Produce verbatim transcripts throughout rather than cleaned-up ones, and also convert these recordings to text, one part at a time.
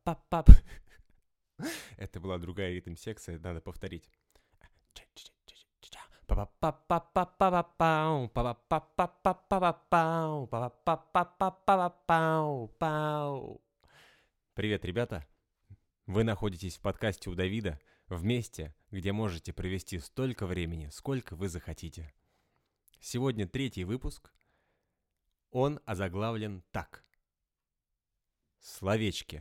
Па-па-па-па-па. Это была другая ритм-секция, надо повторить. Па-па-па-па-па-па-пау, па-па-па-па-па-па-пау, па-па-па-па-па-па-пау. Привет, ребята! Вы находитесь в подкасте у Давида, в месте, где можете провести столько времени, сколько вы захотите. Сегодня третий выпуск. Он озаглавлен так. Словечки.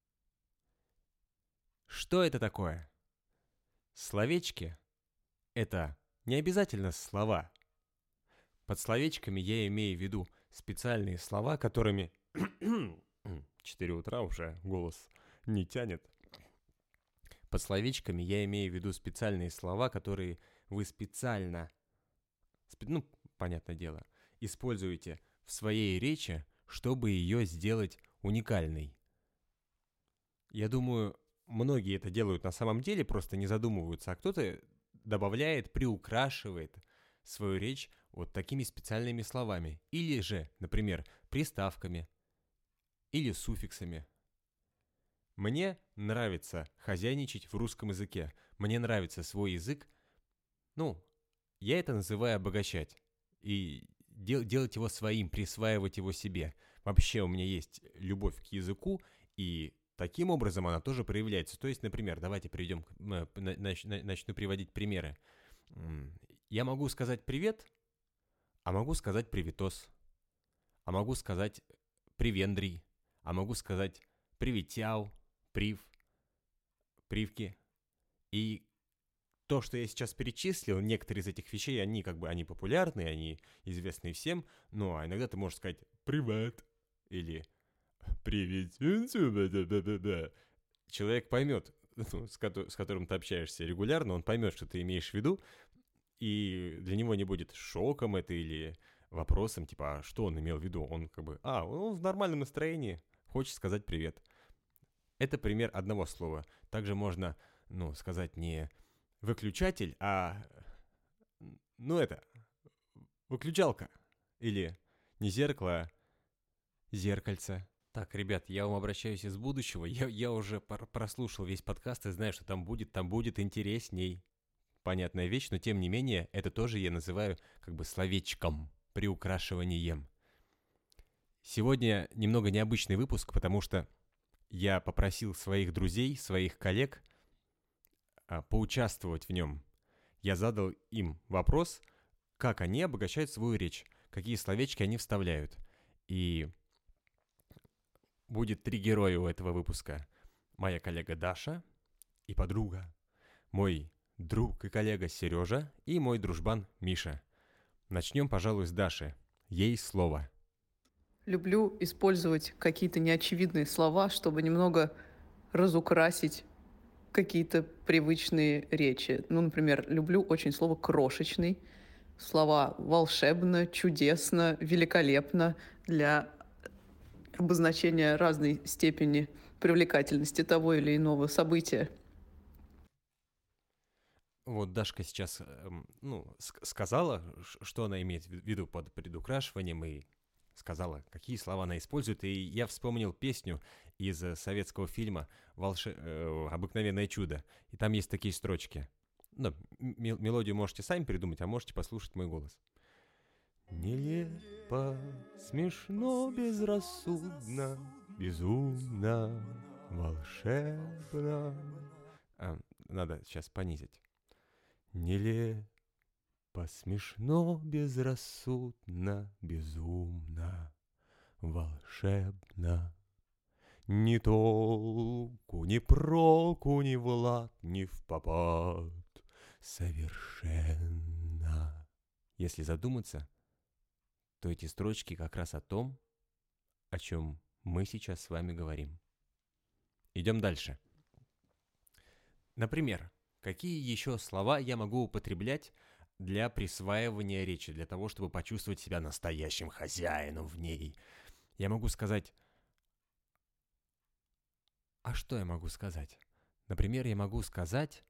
Что это такое? Словечки – это не обязательно слова. Под словечками я имею в виду специальные слова, которыми... Четыре утра уже голос не тянет. Под словечками я имею в виду специальные слова, которые вы специально, ну, понятное дело, используете в своей речи, чтобы ее сделать уникальной. Я думаю, многие это делают на самом деле, просто не задумываются, а кто-то добавляет, приукрашивает свою речь вот такими специальными словами. Или же, например, приставками или суффиксами. Мне нравится хозяйничать в русском языке. Мне нравится свой язык. Ну, я это называю обогащать. И дел- делать его своим, присваивать его себе. Вообще у меня есть любовь к языку, и таким образом она тоже проявляется. То есть, например, давайте перейдем, к- на- нач- на- начну приводить примеры. М, Я могу сказать «привет», а могу сказать «приветос», а могу сказать «привендрий», а могу сказать «приветяу», «прив», «привки». И то, что я сейчас перечислил, некоторые из этих вещей, они как бы, они популярны, они известны всем, но а иногда ты можешь сказать «привет» или «привет». Человек поймет, ну, с, ко- с которым ты общаешься регулярно, он поймет, что ты имеешь в виду, и для него не будет шоком это или вопросом, типа, а что он имел в виду? Он как бы, а, он в нормальном настроении, хочет сказать привет. Это пример одного слова. Также можно, ну, сказать не выключатель, а, ну, это, выключалка. Или не зеркало, а зеркальце. Так, ребят, я вам обращаюсь из будущего. Я, я уже пор- прослушал весь подкаст и знаю, что там будет, там будет интересней. Понятная вещь, но тем не менее, это тоже я называю как бы словечком, приукрашиванием. Сегодня немного необычный выпуск, потому что я попросил своих друзей, своих коллег а, поучаствовать в нем. Я задал им вопрос, как они обогащают свою речь, какие словечки они вставляют. И будет три героя у этого выпуска. Моя коллега Даша и подруга, мой друг и коллега Сережа и мой дружбан Миша. Начнем, пожалуй, с Даши. Ей слово. Люблю использовать какие-то неочевидные слова, чтобы немного разукрасить какие-то привычные речи. Ну, например, люблю очень слово «крошечный», слова «волшебно», «чудесно», «великолепно» для обозначения разной степени привлекательности того или иного события. Вот Дашка сейчас эм, ну, ск- сказала, ш- что она имеет в виду под предукрашиванием, и сказала, какие слова она использует. И я вспомнил песню из э, советского фильма «Волше... э, «Обыкновенное чудо». И там есть такие строчки. Ну, м- мелодию можете сами придумать, а можете послушать мой голос. Нелепо, смешно, безрассудно, безумно, волшебно. А, надо сейчас понизить. Нелепо, смешно, безрассудно, безумно, волшебно. Ни толку, ни проку, ни влад, ни впопад. Совершенно. Если задуматься, то эти строчки как раз о том, о чем мы сейчас с вами говорим. Идем дальше. Например, какие еще слова я могу употреблять для присваивания речи, для того, чтобы почувствовать себя настоящим хозяином в ней? Я могу сказать... А что я могу сказать? Например, я могу сказать...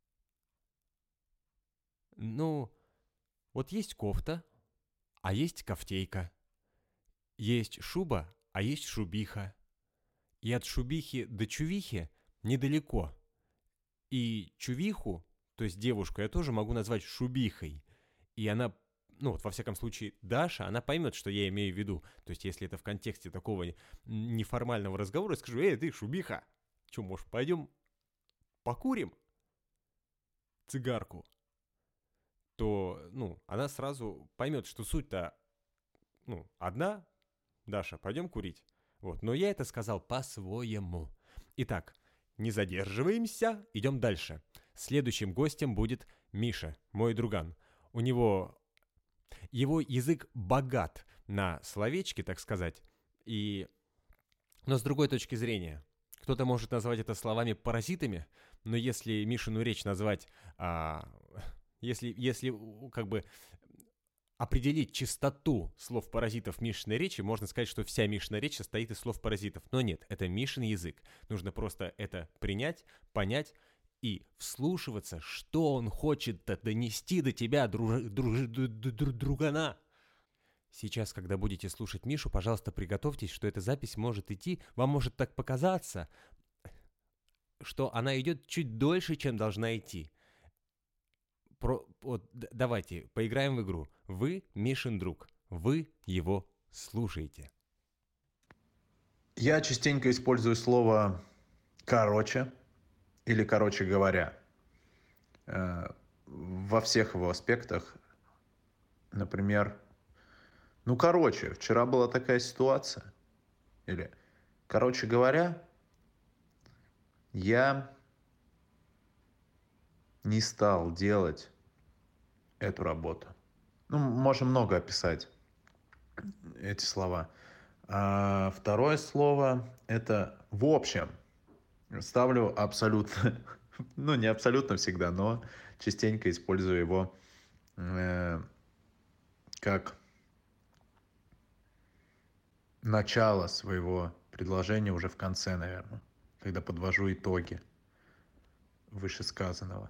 Ну, вот есть кофта, а есть кофтейка. Есть шуба, а есть шубиха. И от шубихи до чувихи недалеко. И чувиху, то есть девушку, я тоже могу назвать шубихой. И она, ну вот во всяком случае, Даша, она поймет, что я имею в виду. То есть если это в контексте такого неформального разговора, я скажу: эй, ты шубиха, что, может, пойдем покурим цигарку? То, ну, она сразу поймет, что суть-то, ну, одна. Даша, пойдем курить. Вот, но я это сказал по-своему. Итак, не задерживаемся, идем дальше. Следующим гостем будет Миша, мой друган. У него, его язык богат на словечки, так сказать. И, но с другой точки зрения, кто-то может назвать это словами-паразитами, но если Мишину речь назвать, а, если, если как бы определить чистоту слов-паразитов Мишиной речи, можно сказать, что вся Мишина речь состоит из слов-паразитов. Но нет, это Мишин язык. Нужно просто это принять, понять и вслушиваться, что он хочет донести до тебя, друж... Друж... Друж... другана. Сейчас, когда будете слушать Мишу, пожалуйста, приготовьтесь, что эта запись может идти. Вам может так показаться, что она идет чуть дольше, чем должна идти. Про, вот, давайте поиграем в игру. Вы Мишин друг. Вы его слушаете. Я частенько использую слово «короче» или «короче говоря» э, во всех его аспектах. Например, ну, короче, вчера была такая ситуация. Или, короче говоря, я не стал делать эту работу. Ну, можно много описать эти слова. А второе слово — это «в общем». Ставлю абсолютно, ну, не абсолютно всегда, но частенько использую его э, как начало своего предложения уже в конце, наверное, когда подвожу итоги вышесказанного.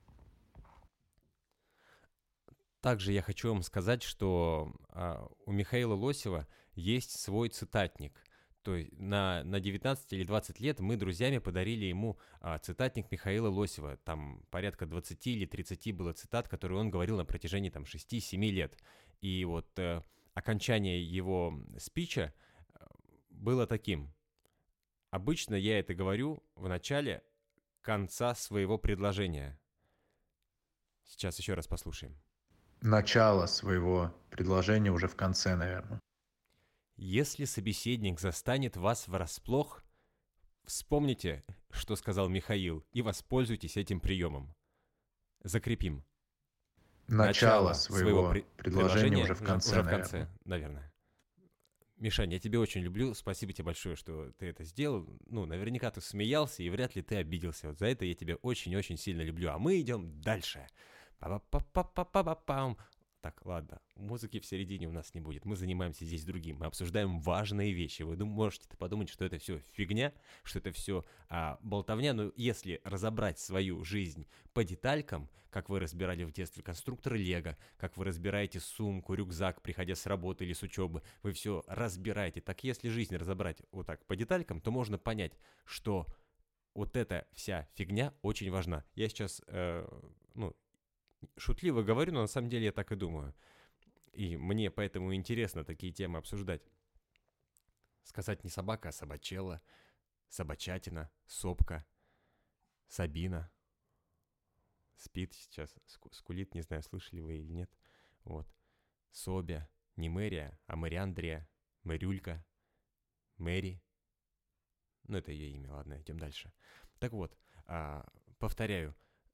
Также я хочу вам сказать, что а, у Михаила Лосева есть свой цитатник. То есть на, на девятнадцать или двадцать лет мы друзьями подарили ему а, цитатник Михаила Лосева. Там порядка двадцать или тридцать было цитат, которые он говорил на протяжении там, шести-семи лет. И вот э, окончание его спича было таким. Обычно я это говорю в начале конца своего предложения. Сейчас еще раз послушаем. Начало своего предложения уже в конце, наверное. Если собеседник застанет вас врасплох, вспомните, что сказал Михаил, и воспользуйтесь этим приемом. Закрепим. Начало, Начало своего, своего при- предложения, предложения уже в конце, уже в наверное. конце, наверное. Мишань, я тебя очень люблю. Спасибо тебе большое, что ты это сделал. Ну, наверняка ты смеялся, и вряд ли ты обиделся. Вот за это я тебя очень-очень сильно люблю. А мы идем дальше. Па-па-па-па-па-па-пам. Так, ладно, музыки в середине у нас не будет. Мы занимаемся здесь другим. Мы обсуждаем важные вещи. Вы можете подумать, что это все фигня, что это все а, болтовня. Но если разобрать свою жизнь по деталькам, как вы разбирали в детстве конструктор Лего, как вы разбираете сумку, рюкзак, приходя с работы или с учебы, вы все разбираете. Так если жизнь разобрать вот так по деталькам, то можно понять, что вот эта вся фигня очень важна. Я сейчас, э, ну, шутливо говорю, но на самом деле я так и думаю. И мне поэтому интересно такие темы обсуждать. Сказать не собака, а собачела, собачатина, сопка, Сабина. Спит сейчас, скулит, не знаю, слышали вы или нет. Вот. Собя, не Мэрия, а Мэриандрия, Мэрюлька, Мэри. Ну, это ее имя, ладно, идем дальше. Так вот, а, повторяю.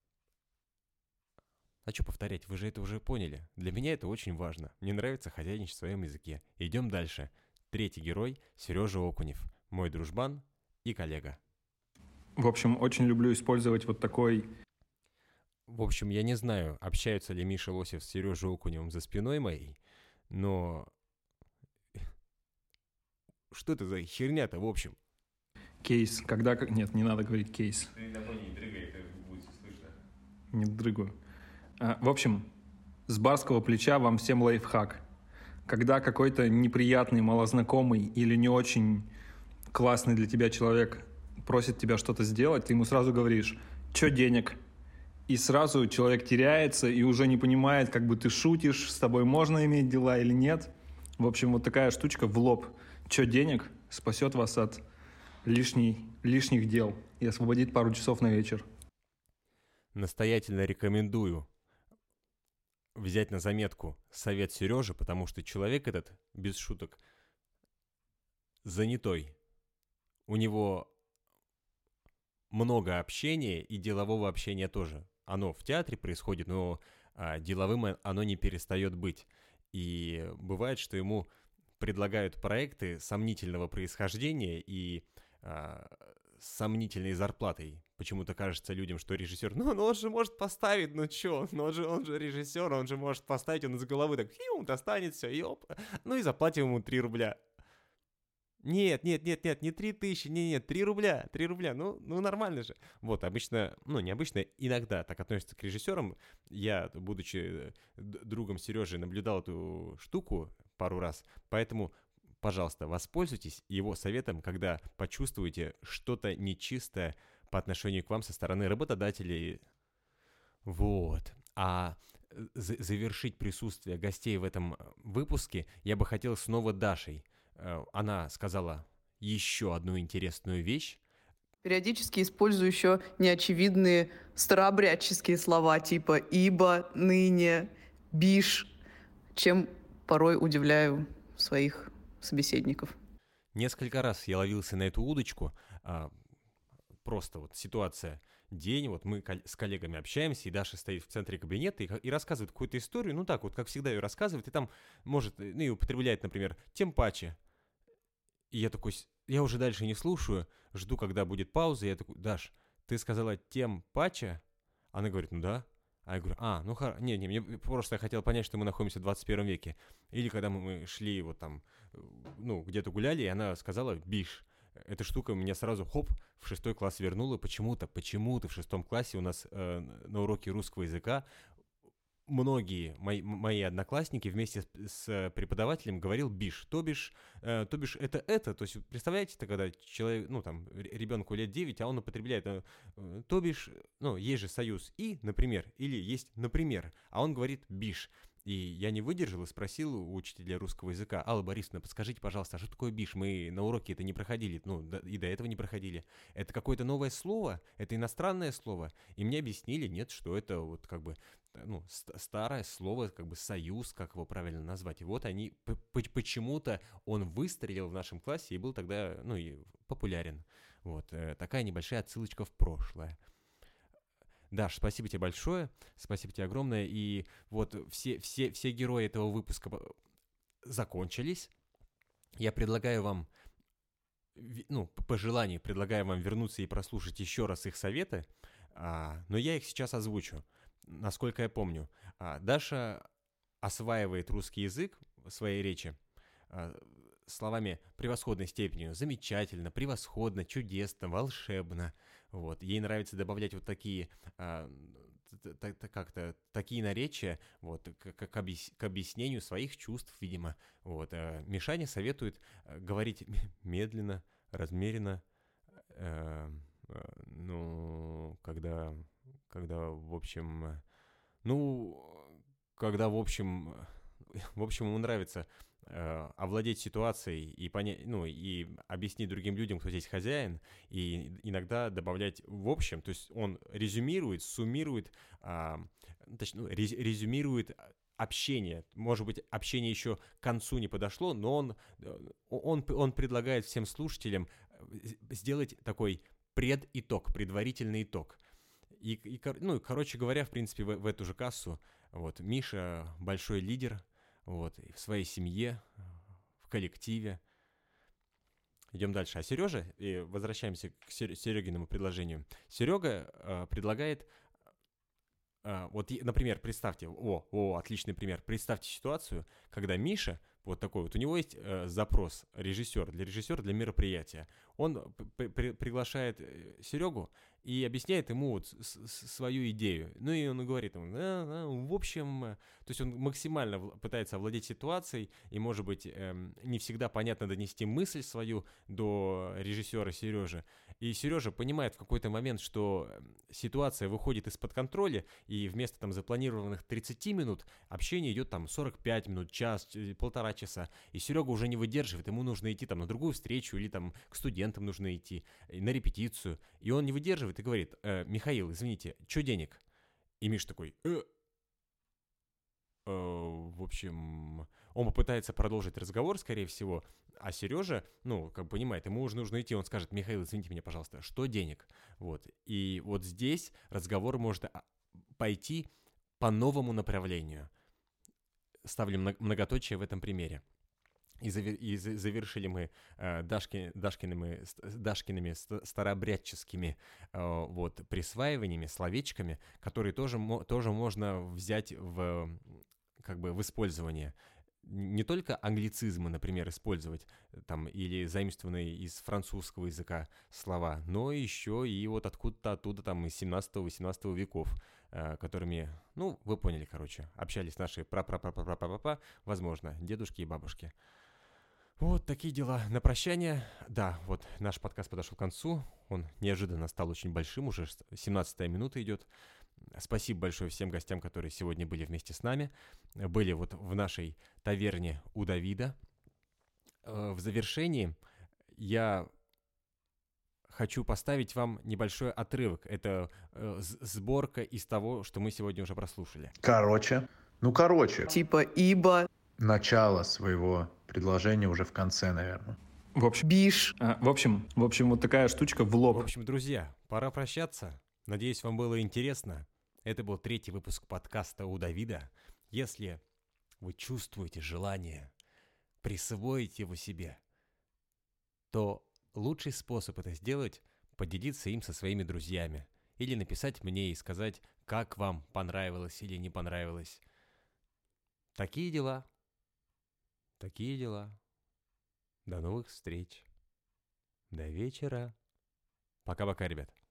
А что повторять, вы же это уже поняли. Для меня это очень важно. Мне нравится хозяйничать в своем языке. Идем дальше. Третий герой — Сережа Окунев. Мой дружбан и коллега. В общем, очень люблю использовать вот такой... В общем, я не знаю, общаются ли Миша Лосев с Сережей Окуневым за спиной моей, но... Что это за херня-то, в общем? Кейс. Когда... Нет, не надо говорить кейс. Ты на фоне не дрыгай, это будет слышно. Не дрыгаю. В общем, с барского плеча вам всем лайфхак. Когда какой-то неприятный, малознакомый или не очень классный для тебя человек просит тебя что-то сделать, ты ему сразу говоришь: «Чё денег?» И сразу человек теряется и уже не понимает, как бы ты шутишь, с тобой можно иметь дела или нет. В общем, вот такая штучка в лоб «Чё денег?» спасет вас от лишней, лишних дел и освободит пару часов на вечер. Настоятельно рекомендую взять на заметку совет Сережи, потому что человек этот, без шуток, занятой. У него много общения и делового общения тоже. Оно в театре происходит, но а, деловым оно не перестает быть. И бывает, что ему предлагают проекты сомнительного происхождения и а, с сомнительной зарплатой. Почему-то кажется людям, что режиссер, ну, ну он же может поставить, ну чё, ну он же, он же режиссер, он же может поставить, он из головы так, фью, достанет все, и оп, ну и заплатим ему три рубля. Нет, нет, нет, нет, не три тысячи, нет, нет, три рубля, три рубля, ну, ну нормально же. Вот, обычно, ну необычно, иногда так относятся к режиссерам. Я, будучи другом Сережи, наблюдал эту штуку пару раз, поэтому, пожалуйста, воспользуйтесь его советом, когда почувствуете что-то нечистое по отношению к вам со стороны работодателей. Вот. А завершить присутствие гостей в этом выпуске я бы хотел снова Дашей. Она сказала еще одну интересную вещь. Периодически использую еще неочевидные старообрядческие слова типа «ибо», «ныне», «биш», чем порой удивляю своих собеседников. Несколько раз я ловился на эту удочку. Просто вот ситуация, день, вот мы с коллегами общаемся, и Даша стоит в центре кабинета и, и рассказывает какую-то историю, ну так вот, как всегда ее рассказывает, и там может, ну и употребляет, например, тем паче. И я такой, я уже дальше не слушаю, жду, когда будет пауза, и я такой: Даш, ты сказала тем паче? Она говорит: ну да. А я говорю: а, ну хорошо, не, не, мне просто я хотел понять, что мы находимся в двадцать первом веке. Или когда мы, мы шли вот там, ну, где-то гуляли, и она сказала биш. Эта штука меня сразу, хоп, в шестой класс вернула. Почему-то, почему-то в шестом классе у нас э, на уроке русского языка многие мои, мои одноклассники вместе с, с преподавателем говорил биш, то бишь, э, то бишь это это, то есть представляете, -то, когда человек, ну там ребенку лет девять, а он употребляет, э, то бишь, ну есть же союз и, например, или есть например, а он говорит биш. И я не выдержал и спросил у учителя русского языка: Алла Борисовна, подскажите, пожалуйста, а что такое биш? Мы на уроке это не проходили, ну, и до этого не проходили. Это какое-то новое слово? Это иностранное слово? И мне объяснили, нет, что это вот как бы, ну, старое слово, как бы союз, как его правильно назвать. И вот они, почему-то он выстрелил в нашем классе и был тогда, ну, и популярен. Вот, такая небольшая отсылочка в прошлое. Даш, спасибо тебе большое, спасибо тебе огромное, и вот все, все, все герои этого выпуска закончились. Я предлагаю вам, ну, по желанию предлагаю вам вернуться и прослушать еще раз их советы, а, но я их сейчас озвучу. Насколько я помню, а, Даша осваивает русский язык в своей речи а, словами превосходной степенью: замечательно, превосходно, чудесно, волшебно. Вот. Ей нравится добавлять вот такие, а, как-то, такие наречия вот, к, к, объяс, к объяснению своих чувств, видимо. Вот. А Мишаня советует говорить медленно, размеренно, э, ну, когда, когда, в общем, ну, когда, в общем, в общем, ему нравится овладеть ситуацией и понять, ну, и объяснить другим людям, кто здесь хозяин, и иногда добавлять в общем, то есть он резюмирует, суммирует, а, точнее, ну, резюмирует общение. Может быть, общение еще к концу не подошло, но он, он, он предлагает всем слушателям сделать такой предитог, предварительный итог. И, и, ну, короче говоря, в принципе, в, в эту же кассу, вот, Миша большой лидер, вот, в своей семье, в коллективе. Идем дальше. А Сережа, и возвращаемся к Серегиному предложению. Серега э, предлагает, э, вот, например, представьте, о, о, отличный пример. Представьте ситуацию, когда Миша Вот такой вот. У него есть э, запрос режиссер, для режиссера, для мероприятия. Он п- при- приглашает Серегу и объясняет ему вот с- с- свою идею. Ну и он говорит ему, да, да, в общем, э, то есть он максимально в- пытается овладеть ситуацией, и, может быть, эм, не всегда понятно донести мысль свою до режиссера Сережи. И Сережа понимает в какой-то момент, что ситуация выходит из-под контроля, и вместо там запланированных тридцати минут общение идет там сорок пять минут, час, полтора часа. И Серега уже не выдерживает, ему нужно идти там на другую встречу, или там к студентам нужно идти, на репетицию. И он не выдерживает и говорит: э, Михаил, извините, что денег? И Миш такой: э, э, в общем, он попытается продолжить разговор, скорее всего, а Сережа, ну, как бы понимает, ему уже нужно идти, он скажет: Михаил, извините меня, пожалуйста, что денег? Вот. И вот здесь разговор может пойти по новому направлению. Ставлю многоточие в этом примере. И, завер, и завершили мы э, Дашки, Дашкиными, Дашкиными старообрядческими э, вот, присваиваниями, словечками, которые тоже, тоже можно взять в, как бы, в использование. Не только англицизмы, например, использовать, там, или заимствованные из французского языка слова, но еще и вот откуда-то оттуда, там, из семнадцатого-восемнадцатого веков, э, которыми, ну, вы поняли, короче, общались наши пра-пра-пра-пра-пра-пра, возможно, дедушки и бабушки. Вот такие дела. На прощание, да, вот наш подкаст подошел к концу, он неожиданно стал очень большим, уже семнадцатая минута идет. Спасибо большое всем гостям, которые сегодня были вместе с нами, были вот в нашей таверне у Давида. В завершении я хочу поставить вам небольшой отрывок. Это сборка из того, что мы сегодня уже прослушали. Короче, ну короче. Типа ибо. Начало своего предложения уже в конце, наверное. В общем, Биш. А, в общем, в общем, вот такая штучка в лоб. В общем, друзья, пора прощаться. Надеюсь, вам было интересно. Это был третий выпуск подкаста у Давида. Если вы чувствуете желание присвоить его себе, то лучший способ это сделать — поделиться им со своими друзьями. Или написать мне и сказать, как вам понравилось или не понравилось. Такие дела. Такие дела. До новых встреч. До вечера. Пока-пока, ребят.